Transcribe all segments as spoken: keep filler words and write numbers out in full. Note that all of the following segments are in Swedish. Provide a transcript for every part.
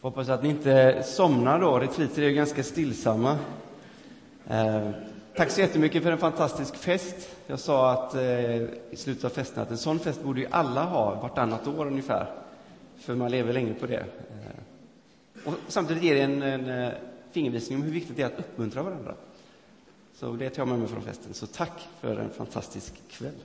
Hoppas att ni inte somnar då. Retriter är ju ganska stillsamma. Eh, tack så jättemycket för en fantastisk fest. Jag sa att eh, i slutet av festen att en sån fest borde ju alla ha vartannat år ungefär. För man lever länge på det. Eh, och samtidigt ger det en, en, en fingervisning om hur viktigt det är att uppmuntra varandra. Så det tar jag med mig från festen. Så tack för en fantastisk kväll.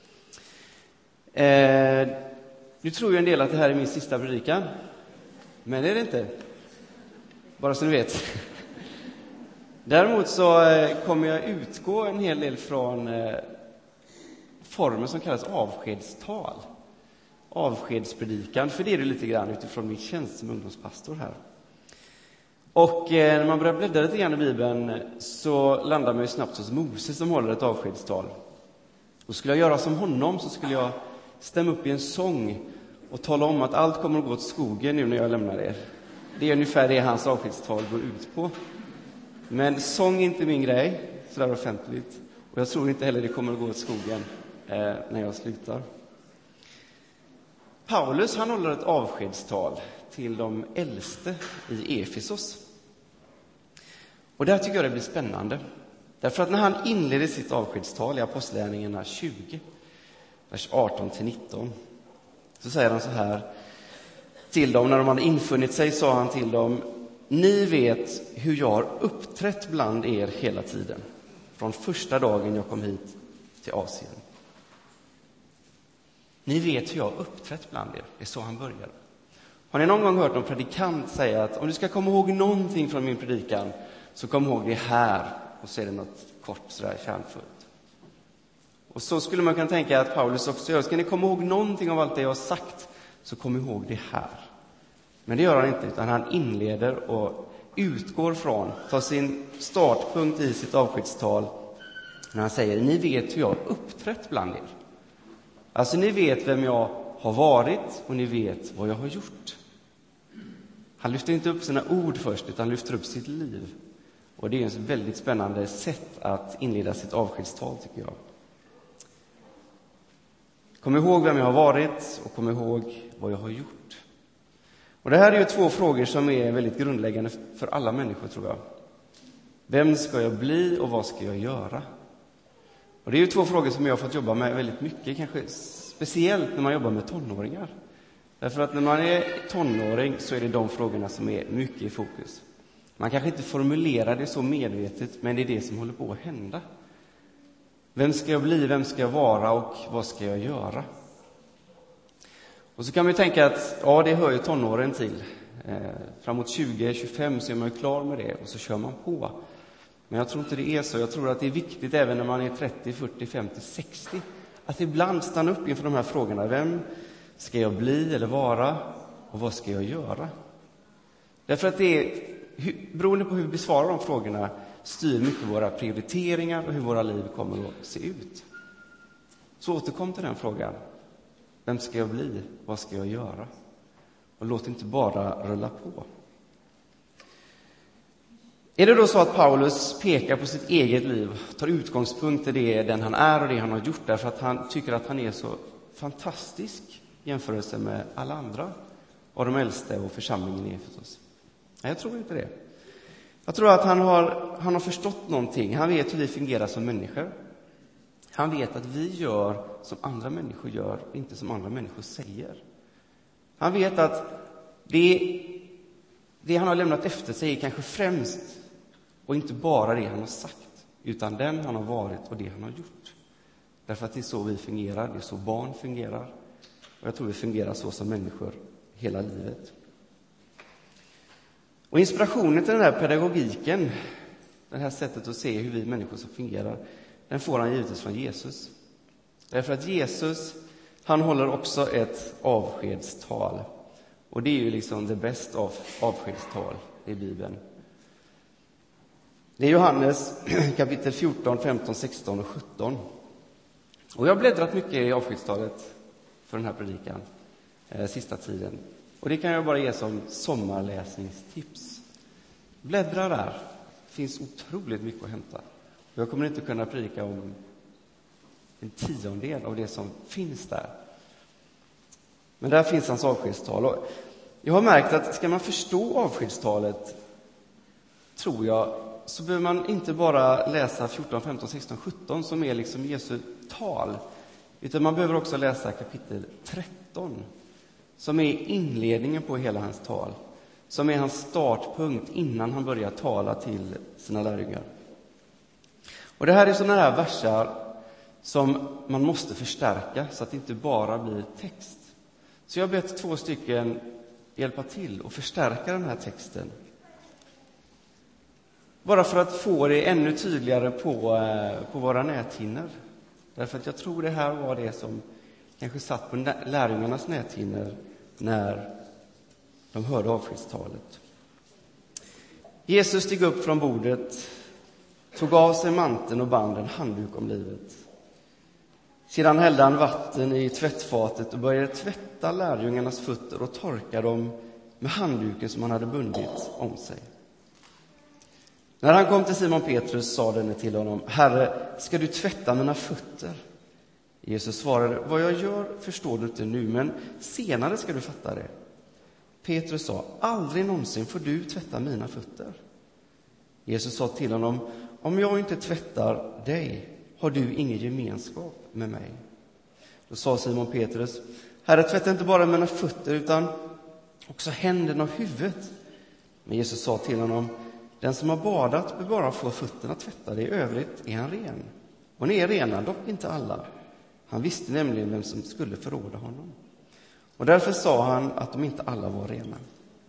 Eh, nu tror ju en del att det här är min sista predikan. Men det är det inte. Bara så ni vet. Däremot så kommer jag utgå en hel del från formen som kallas avskedstal. Avskedspredikan, för det är det lite grann utifrån min tjänst som ungdomspastor här. Och när man börjar bläddra lite grann i Bibeln så landar man ju snabbt hos Moses som håller ett avskedstal. Och skulle jag göra som honom så skulle jag stämma upp i en sång och tala om att allt kommer att gå åt skogen nu när jag lämnar er. Det är ungefär det hans avskedstal går ut på. Men sång är inte min grej, sådär offentligt. Och jag tror inte heller det kommer att gå åt skogen eh, när jag slutar. Paulus, han håller ett avskedstal till de äldste i Efesos. Och där tycker jag det blir spännande. Därför att när han inleder sitt avskedstal i Apostlagärningarna tjugo, vers arton till nitton, så säger han så här till dem. När de hade infunnit sig sa han till dem: ni vet hur jag har uppträtt bland er hela tiden. Från första dagen jag kom hit till Asien. Ni vet hur jag har uppträtt bland er. Det är så han börjar. Har ni någon gång hört någon predikant säga att om du ska komma ihåg någonting från min predikan så kom ihåg det här. Och så är det något kort sådär kärnfullt. Och så skulle man kunna tänka att Paulus också gör. Ska ni komma ihåg någonting av allt det jag har sagt så kom ihåg det här. Men det gör han inte, utan han inleder och utgår från, tar sin startpunkt i sitt avskedstal när han säger: ni vet hur jag har uppträtt bland er. Alltså ni vet vem jag har varit och ni vet vad jag har gjort. Han lyfter inte upp sina ord först utan lyfter upp sitt liv. Och det är ett väldigt spännande sätt att inleda sitt avskedstal, tycker jag. Kom ihåg vem jag har varit och kom ihåg vad jag har gjort. Och det här är ju två frågor som är väldigt grundläggande för alla människor, tror jag. Vem ska jag bli och vad ska jag göra? Och det är ju två frågor som jag har fått jobba med väldigt mycket, kanske speciellt när man jobbar med tonåringar. Därför att när man är tonåring så är det de frågorna som är mycket i fokus. Man kanske inte formulerar det så medvetet, men det är det som håller på att hända. Vem ska jag bli, vem ska jag vara och vad ska jag göra? Och så kan man ju tänka att ja, det hör ju tonåren till. Eh, framåt tjugo tjugofem så är man ju klar med det och så kör man på. Men jag tror inte det är så. Jag tror att det är viktigt även när man är trettio, fyrtio, femtio, sextio att ibland stanna upp inför de här frågorna. Vem ska jag bli eller vara och vad ska jag göra? Därför att det är, beroende på hur vi besvarar de frågorna, styr mycket våra prioriteringar och hur våra liv kommer att se ut. Så återkom till den frågan. Vem ska jag bli? Vad ska jag göra? Och låt inte bara rulla på. Är det då så att Paulus pekar på sitt eget liv, tar utgångspunkt i det, den han är och det han har gjort, därför att han tycker att han är så fantastisk i jämförelse med alla andra av de äldste och församlingen i Efesos? Nej, jag tror inte det. Jag tror att han har, han har förstått någonting. Han vet hur vi fungerar som människor. Han vet att vi gör som andra människor gör, inte som andra människor säger. Han vet att det, det han har lämnat efter sig är kanske främst och inte bara det han har sagt, utan den han har varit och det han har gjort. Därför att det är så vi fungerar, det är så barn fungerar. Och jag tror vi fungerar så som människor hela livet. Och inspirationen till den här pedagogiken, det här sättet att se hur vi människor så fungerar, den får han givetvis från Jesus. Därför att Jesus, han håller också ett avskedstal. Och det är ju liksom det bästa av avskedstal i Bibeln. Det är Johannes kapitel fjorton, femton, sexton och sjutton. Och jag har bläddrat mycket i avskedstalet för den här predikan eh, sista tiden. Och det kan jag bara ge som sommarläsningstips. Bläddra där. Det finns otroligt mycket att hämta. Och jag kommer inte kunna predika om en tiondel av det som finns där. Men där finns hans avskedstal. Och Jag har märkt att ska man förstå avskedstalet, tror jag, så behöver man inte bara läsa fjorton, femton, sexton, sjutton som är liksom Jesu tal, utan man behöver också läsa kapitel tretton som är inledningen på hela hans tal, som är hans startpunkt innan han börjar tala till sina lärjungar. Och det här är sådana här versar som man måste förstärka så att det inte bara blir text. Så jag har bett två stycken hjälpa till och förstärka den här texten. Bara för att få det ännu tydligare på, på våra näthinnor. Därför att jag tror det här var det som kanske satt på lärjungarnas näthinnor när de hörde avskedstalet. Jesus steg upp från bordet, tog av sig manteln och band en handduk om livet. Sedan hällde han vatten i tvättfatet och började tvätta lärjungarnas fötter och torka dem med handduken som han hade bundit om sig. När han kom till Simon Petrus sa denne till honom: Herre, ska du tvätta mina fötter? Jesus svarade: vad jag gör förstår du inte nu, men senare ska du fatta det. Petrus sa: aldrig någonsin får du tvätta mina fötter. Jesus sa till honom: om jag inte tvättar dig har du ingen gemenskap med mig. Då sa Simon Petrus: Herre, tvätta inte bara mina fötter utan också händerna och huvudet. Men Jesus sa till honom: den som har badat bör bara få fötterna tvättade, i övrigt är han ren. Och ni är rena, dock inte alla. Han visste nämligen vem som skulle förråda honom. Och därför sa han att de inte alla var rena.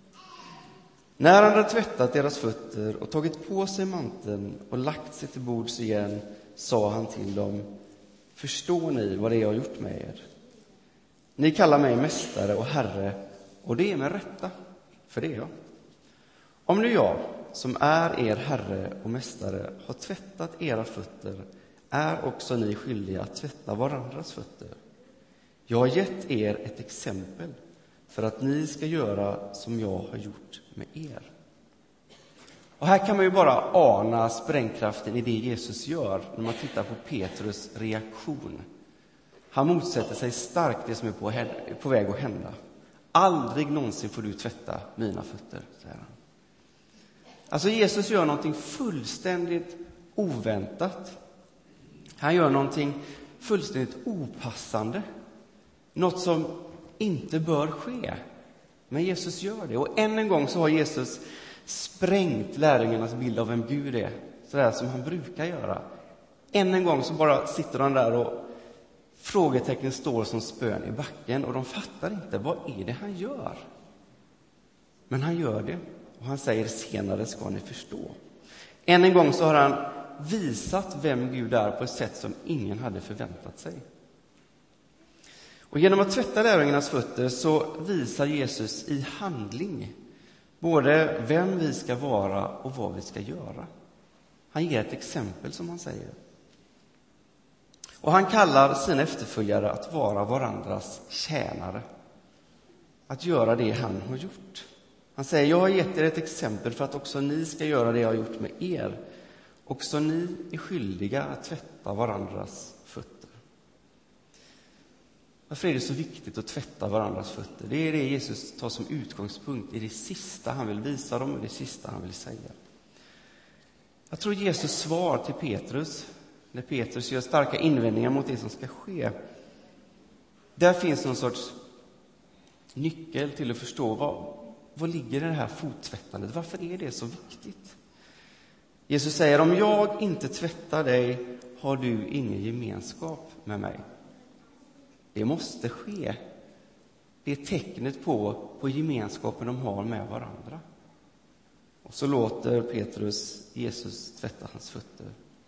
När han hade tvättat deras fötter och tagit på sig manteln och lagt sig till bords igen, sa han till dem: förstår ni vad det är jag har gjort med er? Ni kallar mig mästare och herre, och det är med rätta, för det är jag. Om nu jag, som är er herre och mästare, har tvättat era fötter, är också ni skyldiga att tvätta varandras fötter. Jag har gett er ett exempel för att ni ska göra som jag har gjort med er. Och här kan man ju bara ana sprängkraften i det Jesus gör när man tittar på Petrus reaktion. Han motsätter sig starkt det som är på, på väg att hända. Aldrig någonsin får du tvätta mina fötter, säger han. Alltså Jesus gör någonting fullständigt oväntat. Han gör någonting fullständigt opassande. Något som inte bör ske. Men Jesus gör det. Och än en gång så har Jesus sprängt lärjungarnas bild av vem Gud är. Sådär som han brukar göra. Än en gång så bara sitter han där och frågetecken står som spön i backen. Och de fattar inte, vad är det han gör? Men han gör det. Och han säger: senare ska ni förstå. Än en gång så har han visat vem Gud är på ett sätt som ingen hade förväntat sig. Och genom att tvätta lärjungarnas fötter så visar Jesus i handling både vem vi ska vara och vad vi ska göra. Han ger ett exempel, som han säger. Och han kallar sina efterföljare att vara varandras tjänare. Att göra det han har gjort. Han säger: jag har gett er ett exempel för att också ni ska göra det jag har gjort med er. Också ni är skyldiga att tvätta varandras fötter. Varför är det så viktigt att tvätta varandras fötter? Det är det Jesus tar som utgångspunkt i det sista han vill visa dem och det sista han vill säga. Jag tror Jesus svar till Petrus, när Petrus gör starka invändningar mot det som ska ske, där finns någon sorts nyckel till att förstå vad, vad ligger i det här fottvättandet. Varför är det så viktigt? Jesus säger: om jag inte tvättar dig har du ingen gemenskap med mig. Det måste ske. Det är tecknet på, på gemenskapen de har med varandra. Och så låter Petrus Jesus tvätta hans fötter.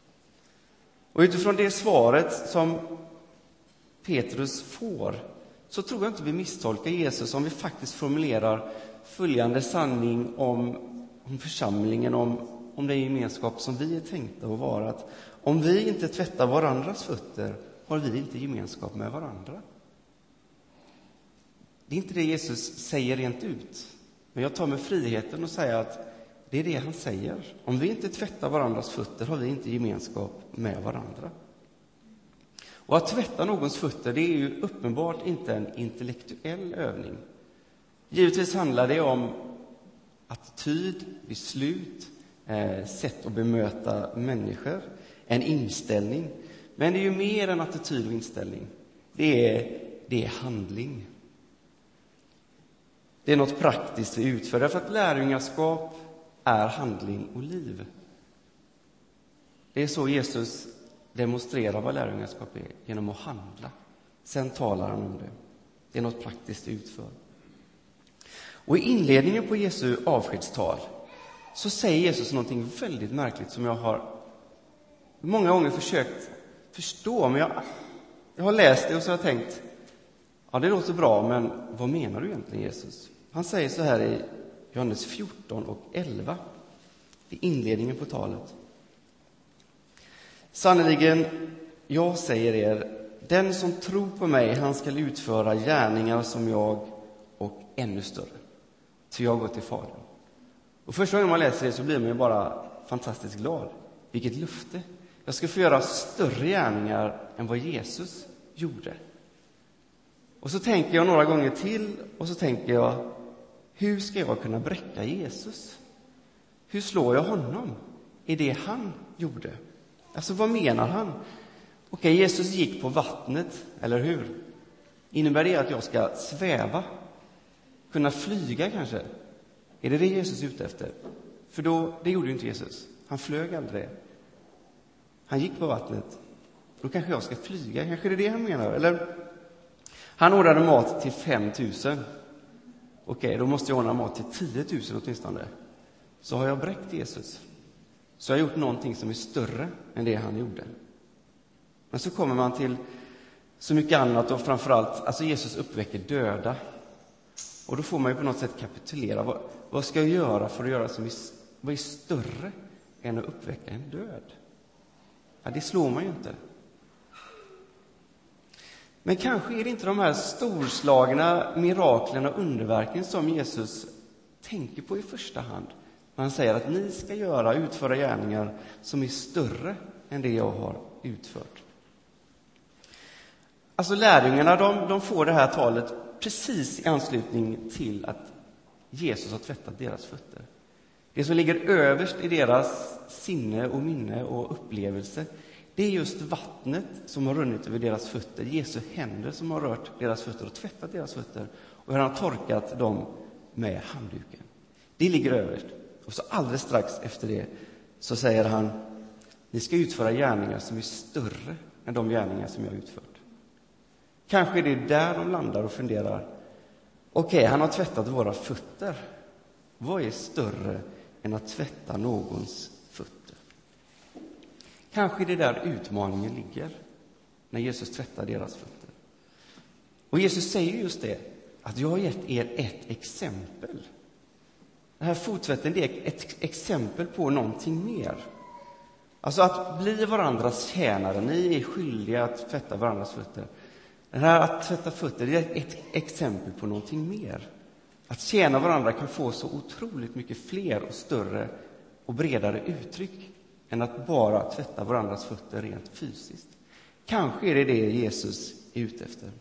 Och utifrån det svaret som Petrus får, så tror jag inte vi misstolkar Jesus om vi faktiskt formulerar följande sanning om, om församlingen, om, om den gemenskap som vi är tänkta att vara. Att om vi inte tvättar varandras fötter har vi inte gemenskap med varandra. Det är inte det Jesus säger rent ut. Men jag tar mig friheten att säga att det är det han säger. Om vi inte tvättar varandras fötter har vi inte gemenskap med varandra. Och att tvätta någons fötter, det är ju uppenbart inte en intellektuell övning. Givetvis handlar det om attityd, beslut, eh, sätt att bemöta människor, en inställning. Men det är ju mer än attityd och inställning. Det är, det är handling. Det är något praktiskt vi utför. Därför att lärjungaskap är handling och liv. Det är så Jesus demonstrerar vad lärjungaskap är, genom att handla. Sen talar han om det. Det är något praktiskt vi utför. Och i inledningen på Jesu avskedstal så säger Jesus någonting väldigt märkligt som jag har många gånger försökt förstå. Men jag, jag har läst det och så har jag tänkt, ja, det låter bra, men vad menar du egentligen, Jesus? Han säger så här i Johannes fjorton och elva, i inledningen på talet. Sannoliken, jag säger er, den som tror på mig, han ska utföra gärningar som jag och ännu större. Så jag går till Fadern. Och första gången man läser det så blir man ju bara fantastiskt glad. Vilket löfte. Jag ska få göra större gärningar än vad Jesus gjorde. Och så tänker jag några gånger till och så tänker jag, hur ska jag kunna bräcka Jesus? Hur slår jag honom i det han gjorde? Alltså vad menar han? Okej, Jesus gick på vattnet, eller hur? Innebär det att jag ska sväva? Kunna flyga kanske? Är det det Jesus är ute efter? För då, det gjorde ju inte Jesus. Han flög aldrig. Han gick på vattnet. Då kanske jag ska flyga. Kanske det är det han menar. Eller han ordrade mat till fem tusen. Okej, då måste jag ordna mat till tio tusen åtminstone. Så har jag bräckt Jesus. Så jag har gjort någonting som är större än det han gjorde. Men så kommer man till så mycket annat och framförallt, alltså Jesus uppväcker döda. Och då får man ju på något sätt kapitulera. Vad, vad ska jag göra för att göra som är, vad är större än att uppväcka en död? Ja, det slår man ju inte. Men kanske är det inte de här storslagna miraklerna och underverken som Jesus tänker på i första hand. Han säger att ni ska göra, utföra gärningar som är större än det jag har utfört. Alltså lärjungarna, de, de får det här talet precis i anslutning till att Jesus har tvättat deras fötter. Det som ligger överst i deras sinne och minne och upplevelse, det är just vattnet som har runnit över deras fötter. Jesu händer som har rört deras fötter och tvättat deras fötter. Och han har torkat dem med handduken. Det ligger överst. Och så alldeles strax efter det så säger han, ni ska utföra gärningar som är större än de gärningar som jag har utfört. Kanske är det där de landar och funderar. Okej, han har tvättat våra fötter. Vad är större än att tvätta någons fötter? Kanske är det där utmaningen ligger när Jesus tvättar deras fötter. Och Jesus säger just det, att jag har gett er ett exempel. Den här fottvätten, det är ett exempel på någonting mer. Alltså att bli varandras tjänare. Ni är skyldiga att tvätta varandras fötter. Den här att tvätta fötter, det är ett exempel på någonting mer. Att tjäna varandra kan få så otroligt mycket fler och större och bredare uttryck än att bara tvätta varandras fötter rent fysiskt. Kanske är det det Jesus är ute efter.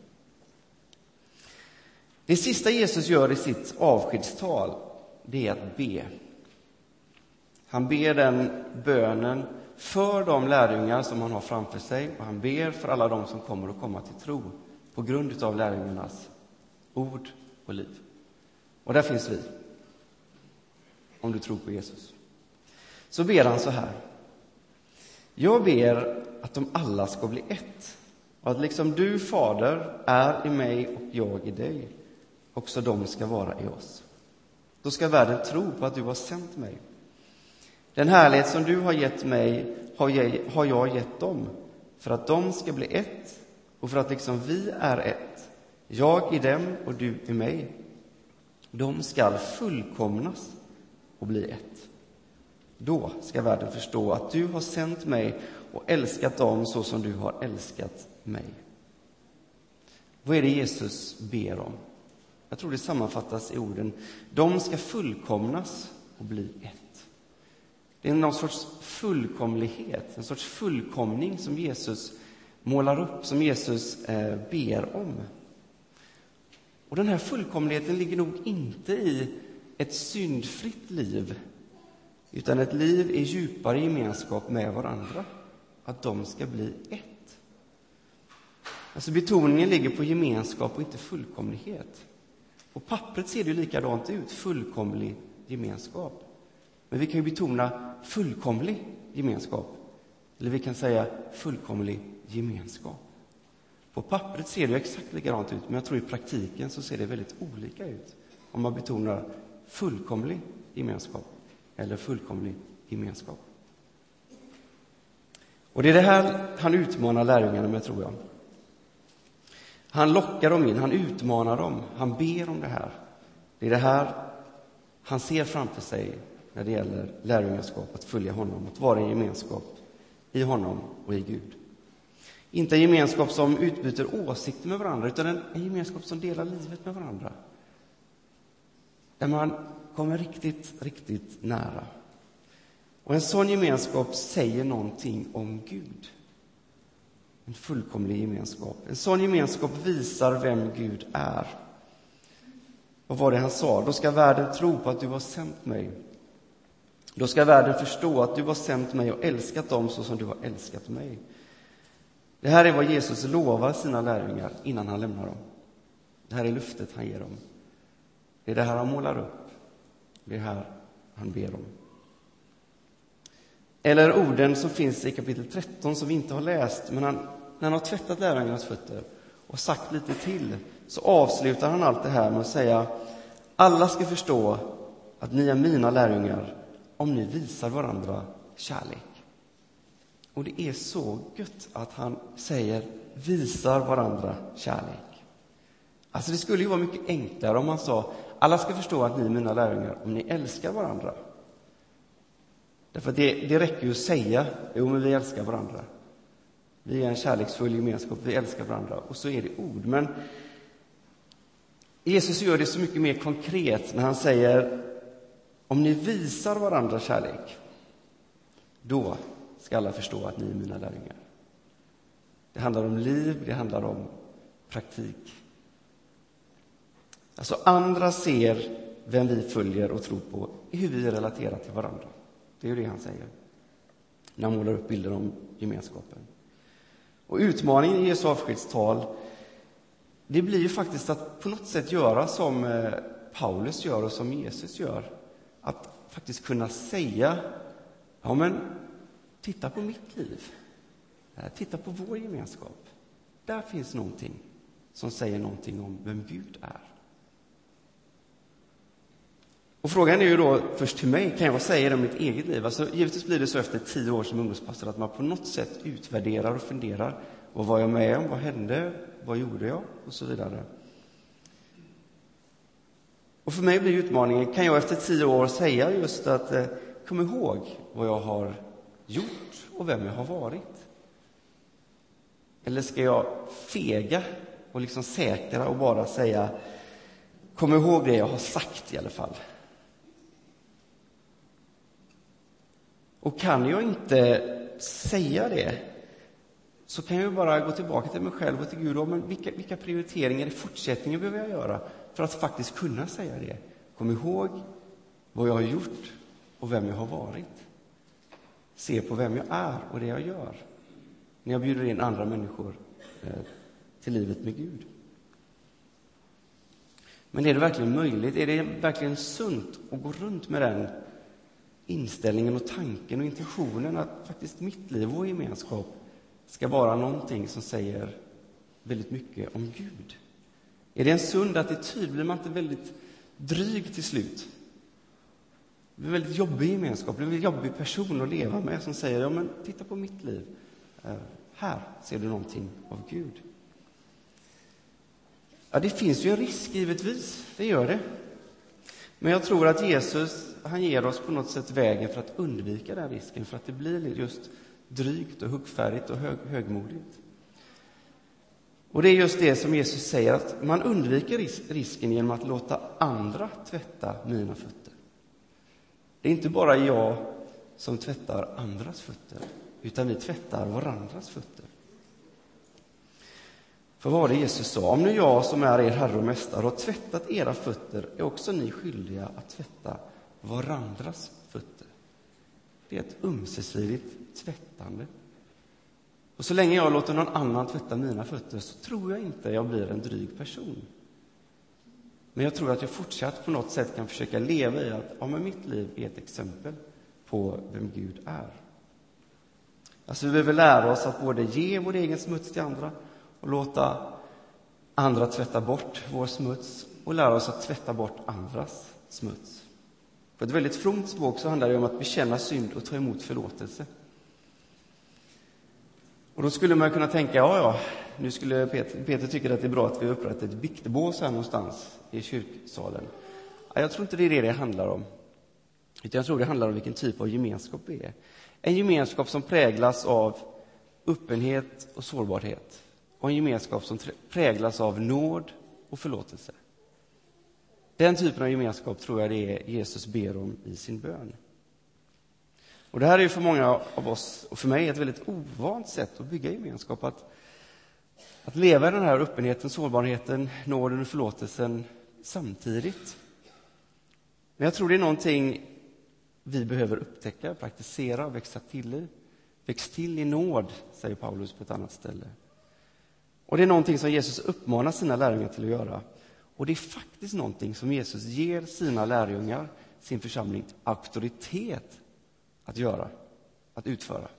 Det sista Jesus gör i sitt avskedstal, det är att be. Han ber den bönen för de lärjungar som han har framför sig. Och han ber för alla de som kommer att komma till tro på grund av lärjungarnas ord och liv. Och där finns vi. Om du tror på Jesus. Så ber han så här. Jag ber att de alla ska bli ett. Och att liksom du, Fader, är i mig och jag i dig. Också de ska vara i oss. Då ska världen tro på att du har sänt mig. Den härlighet som du har gett mig har jag, har jag gett dem. För att de ska bli ett. Och för att liksom vi är ett. Jag i dem och du i mig. De ska fullkomnas och bli ett. Då ska världen förstå att du har sänt mig och älskat dem så som du har älskat mig. Vad är det Jesus ber om? Jag tror det sammanfattas i orden. De ska fullkomnas och bli ett. Det är någon sorts fullkomlighet, en sorts fullkomning som Jesus målar upp, som Jesus eh, ber om. Och den här fullkomligheten ligger nog inte i ett syndfritt liv, utan ett liv i djupare gemenskap med varandra. Att de ska bli ett. Alltså betoningen ligger på gemenskap och inte fullkomlighet. På pappret ser det ju likadant ut, fullkomlig gemenskap. Men vi kan ju betona fullkomlig gemenskap. Eller vi kan säga fullkomlig gemenskap. På pappret ser det exakt likadant ut, men jag tror i praktiken så ser det väldigt olika ut. Om man betonar fullkomlig gemenskap eller fullkomlig gemenskap. Och det är det här han utmanar lärjungarna med, tror jag. Han lockar dem in, han utmanar dem, han ber om det här. Det är det här han ser framför sig när det gäller lärjungaskap, att följa honom, att vara i gemenskap i honom och i Gud. Inte en gemenskap som utbyter åsikter med varandra, utan en, en gemenskap som delar livet med varandra. Där man kommer riktigt, riktigt nära. Och en sån gemenskap säger någonting om Gud. En fullkomlig gemenskap. En sån gemenskap visar vem Gud är. Vad var det han sa? Då ska världen tro på att du har sänt mig. Då ska världen förstå att du har sänt mig och älskat dem så som du har älskat mig. Det här är vad Jesus lovar sina lärjungar innan han lämnar dem. Det här är löftet han ger dem. Det är det här han målar upp. Det är här han ber om. Eller orden som finns i kapitel tretton som vi inte har läst. Men han, när han har tvättat lärjungarnas fötter och sagt lite till, så avslutar han allt det här med att säga: alla ska förstå att ni är mina lärjungar om ni visar varandra kärlek. Och det är så gött att han säger visar varandra kärlek. Alltså det skulle ju vara mycket enklare om han sa alla ska förstå att ni är mina lärjungar om ni älskar varandra. Därför att det, det räcker ju att säga jo men vi älskar varandra. Vi är en kärleksfull gemenskap, vi älskar varandra. Och så är det ord. Men Jesus gör det så mycket mer konkret när han säger om ni visar varandra kärlek, då ska alla förstå att ni är mina lärjungar. Det handlar om liv, det handlar om praktik. Alltså andra ser vem vi följer och tror på i hur vi relaterar till varandra. Det är ju det han säger när han målar upp bilder om gemenskapen. Och utmaningen i Jesu avskedstal, det blir ju faktiskt att på något sätt göra som Paulus gör och som Jesus gör. Att faktiskt kunna säga, ja men titta på mitt liv. Titta på vår gemenskap. Där finns någonting som säger någonting om vem Gud är. Och frågan är ju då först till mig, kan jag vad säga om mitt eget liv? Alltså givetvis blir det så efter tio år som ungdomspastor att man på något sätt utvärderar och funderar. Vad var jag med om? Vad hände? Vad gjorde jag? Och så vidare. Och för mig blir utmaningen, kan jag efter tio år säga just att eh, kom ihåg vad jag har gjort och vem jag har varit? Eller ska jag fega och liksom säkra och bara säga kom ihåg det jag har sagt i alla fall? Och kan jag inte säga det, så kan jag bara gå tillbaka till mig själv och till Gud. Men vilka, vilka prioriteringar i fortsättningen behöver jag göra för att faktiskt kunna säga det? Kom ihåg vad jag har gjort och vem jag har varit. Se på vem jag är och det jag gör. När jag bjuder in andra människor eh, till livet med Gud. Men är det verkligen möjligt? Är det verkligen sunt att gå runt med den inställningen och tanken och intentionen att faktiskt mitt liv och gemenskap ska vara någonting som säger väldigt mycket om Gud? Är det en sund attityd? Blir man inte väldigt dryg till slut? Det blir väldigt jobbig gemenskap, det blir en jobbig person att leva med som säger ja men titta på mitt liv. Här ser du någonting av Gud. Ja, det finns ju en risk givetvis, det gör det. Men jag tror att Jesus, han ger oss på något sätt vägen för att undvika den risken. För att det blir just drygt och huggfärdigt och hög, högmodigt. Och det är just det som Jesus säger, att man undviker ris- risken genom att låta andra tvätta mina fötter. Det är inte bara jag som tvättar andras fötter, utan vi tvättar varandras fötter. För vad var det Jesus sa? Om nu jag som är er herre och mästare har tvättat era fötter, är också ni skyldiga att tvätta varandras fötter. Det är ett ömsesidigt tvättande. Och så länge jag låter någon annan tvätta mina fötter så tror jag inte jag blir en dryg person. Men jag tror att jag fortsatt på något sätt kan försöka leva i att ja, men mitt liv är ett exempel på vem Gud är. Alltså vi behöver lära oss att både ge vår egen smuts till andra och låta andra tvätta bort vår smuts och lära oss att tvätta bort andras smuts. På ett väldigt fromt språk så handlar det om att bekänna synd och ta emot förlåtelse. Och då skulle man kunna tänka, ja ja, nu skulle Peter, Peter tycker att det är bra att vi upprättar ett biktbås här någonstans i kyrksalen. Ja, jag tror inte det är det det handlar om. Utan jag tror det handlar om vilken typ av gemenskap det är. En gemenskap som präglas av öppenhet och sårbarhet. Och en gemenskap som präglas av nåd och förlåtelse. Den typen av gemenskap tror jag det är Jesus ber om i sin bön. Och det här är ju för många av oss och för mig ett väldigt ovant sätt att bygga gemenskap. Att, att leva i den här öppenheten, sårbarheten, nåden och förlåtelsen samtidigt. Men jag tror det är någonting vi behöver upptäcka, praktisera och växa till i. Väx till i nåd, säger Paulus på ett annat ställe. Och det är någonting som Jesus uppmanar sina lärjungar till att göra. Och det är faktiskt någonting som Jesus ger sina lärjungar, sin församling, auktoritet att göra, att utföra.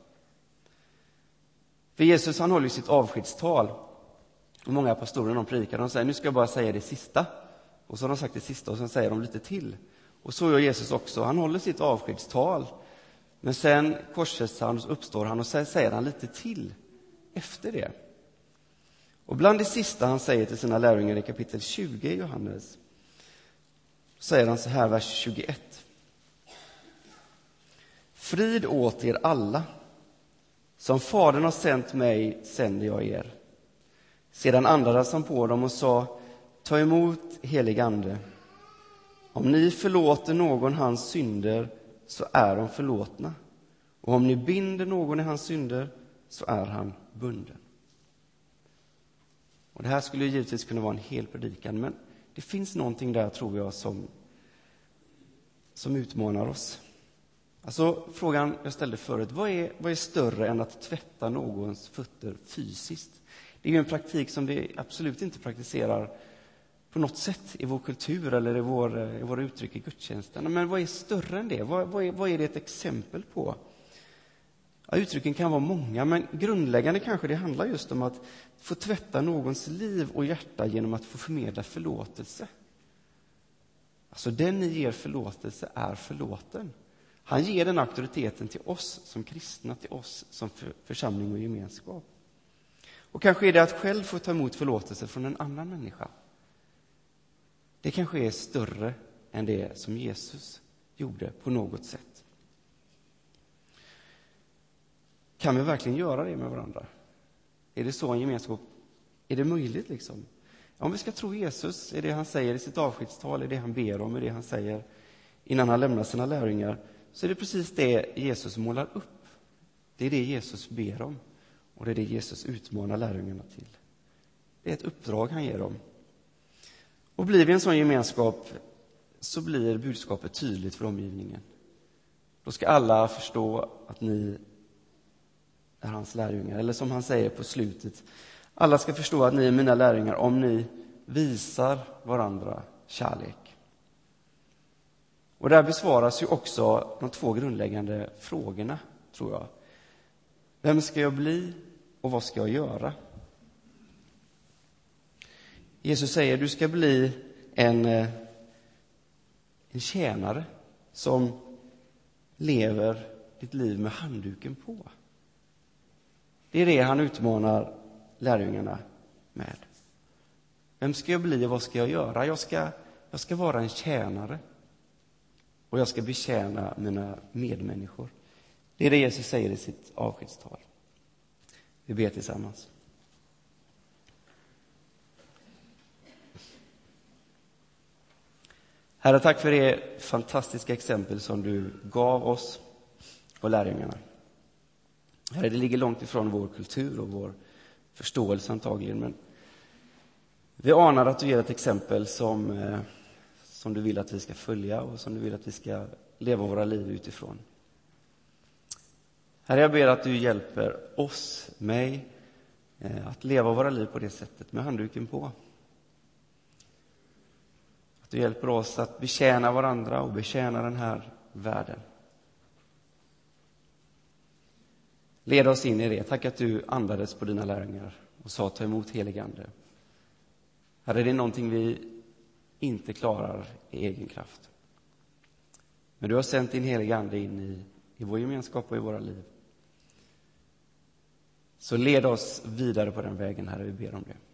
För Jesus han håller ju sitt avskedstal. Och många pastorer de predikar, de säger nu ska jag bara säga det sista. Och så har de sagt det sista och sen säger de lite till. Och så gör Jesus också. Han håller sitt avskedstal. Men sen korsfästs han och uppstår han och så säger han lite till efter det. Och bland det sista han säger till sina lärjungar i kapitel tjugo i Johannes säger han så här, vers tjugoett. Frid åt er alla. Som Fadern har sänt mig sänder jag er. Sedan andades han på dem och sa, ta emot helig ande. Om ni förlåter någon hans synder så är de förlåtna. Och om ni binder någon i hans synder så är han bunden. Och det här skulle ju givetvis kunna vara en hel predikan, men det finns någonting där tror jag som, som utmanar oss. Alltså frågan jag ställde förut, vad är, vad är större än att tvätta någons fötter fysiskt? Det är ju en praktik som vi absolut inte praktiserar på något sätt i vår kultur eller i, vår, i våra uttryck i gudstjänsten. Men vad är större än det? Vad, vad, är, vad är det ett exempel på? Ja, uttrycken kan vara många, men grundläggande kanske det handlar just om att få tvätta någons liv och hjärta genom att få förmedla förlåtelse. Alltså den ni ger förlåtelse är förlåten. Han ger den auktoriteten till oss som kristna, till oss som för, församling och gemenskap. Och kanske är det att själv få ta emot förlåtelse från en annan människa. Det kanske är större än det som Jesus gjorde på något sätt. Kan vi verkligen göra det med varandra? Är det så en gemenskap? Är det möjligt liksom? Om vi ska tro Jesus, är det han säger i sitt avskedstal, är det han ber om, är det han säger innan han lämnar sina lärjungar, så är det precis det Jesus målar upp. Det är det Jesus ber om. Och det är det Jesus utmanar lärjungarna till. Det är ett uppdrag han ger dem. Och blir vi en sån gemenskap så blir budskapet tydligt för omgivningen. Då ska alla förstå att ni är hans lärjungar. Eller som han säger på slutet, alla ska förstå att ni är mina lärjungar om ni visar varandra kärlek. Och där besvaras ju också de två grundläggande frågorna, tror jag. Vem ska jag bli och vad ska jag göra? Jesus säger, du ska bli en, en tjänare som lever ditt liv med handduken på. Det är det han utmanar lärjungarna med. Vem ska jag bli och vad ska jag göra? Jag ska, jag ska vara en tjänare. Och jag ska betjäna mina medmänniskor. Det är det Jesus säger i sitt avskedstal. Vi ber tillsammans. Herre, tack för det fantastiska exempel som du gav oss och lärjungarna. Herre, det ligger långt ifrån vår kultur och vår förståelse antagligen, men Vi anar att du ger ett exempel som, eh, som du vill att vi ska följa och som du vill att vi ska leva våra liv utifrån. Herre, jag ber att du hjälper oss, mig, eh, att leva våra liv på det sättet med handduken på. Att du hjälper oss att betjäna varandra och betjäna den här världen. Led oss in i det. Tack att du andades på dina lärjungar och sa ta emot helig ande. Herre, det är någonting vi inte klarar i egen kraft. Men du har sänt din heliga ande in i, i vår gemenskap och i våra liv. Så led oss vidare på den vägen, Herre, vi ber om det.